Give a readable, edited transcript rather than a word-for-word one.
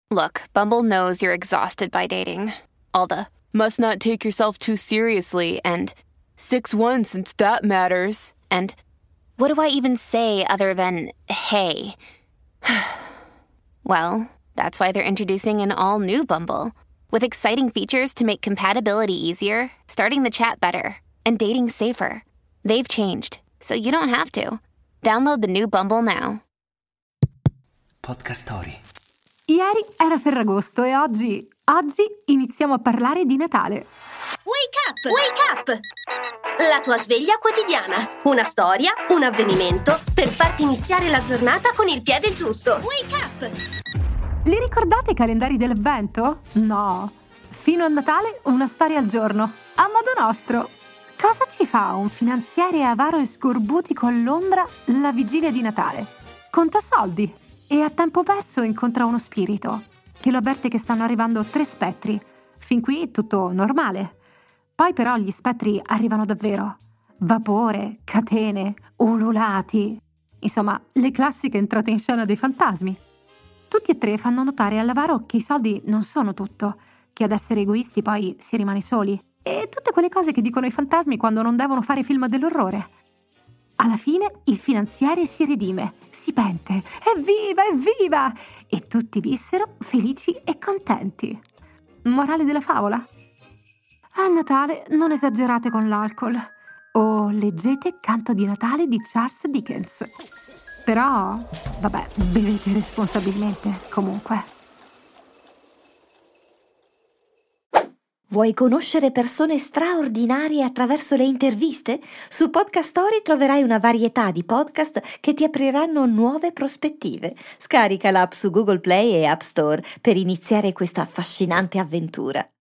Look, Bumble knows you're exhausted by dating. All the must not take yourself too seriously and 6'1" since that matters. And what do I even say other than hey? Well, that's why they're introducing an all-new Bumble with exciting features to make compatibility easier, starting the chat better, and dating safer. They've changed, so you don't have to. Download the new Bumble now. Podcast Story. Ieri era Ferragosto e oggi iniziamo a parlare di Natale. Wake up! Wake up! La tua sveglia quotidiana. Una storia, un avvenimento per farti iniziare la giornata con il piede giusto. Wake up! Li ricordate i calendari dell'avvento? No. Fino a Natale una storia al giorno, a modo nostro. Cosa ci fa un finanziere avaro e scorbutico a Londra la vigilia di Natale? Conta soldi e a tempo perso incontra uno spirito che lo avverte che stanno arrivando 3 spettri. Fin qui tutto normale. Poi però gli spettri arrivano davvero. Vapore, catene, ululati. Insomma, le classiche entrate in scena dei fantasmi. Tutti e 3 fanno notare all'avaro che i soldi non sono tutto, che ad essere egoisti poi si rimane soli. E tutte quelle cose che dicono i fantasmi quando non devono fare film dell'orrore. Alla fine il finanziere si redime, si pente. Evviva, evviva! E tutti vissero felici e contenti. Morale della favola? A Natale non esagerate con l'alcol. O leggete Canto di Natale di Charles Dickens. Però, vabbè, bevete responsabilmente, comunque. Vuoi conoscere persone straordinarie attraverso le interviste? Su Podcast Story troverai una varietà di podcast che ti apriranno nuove prospettive. Scarica l'app su Google Play e App Store per iniziare questa affascinante avventura.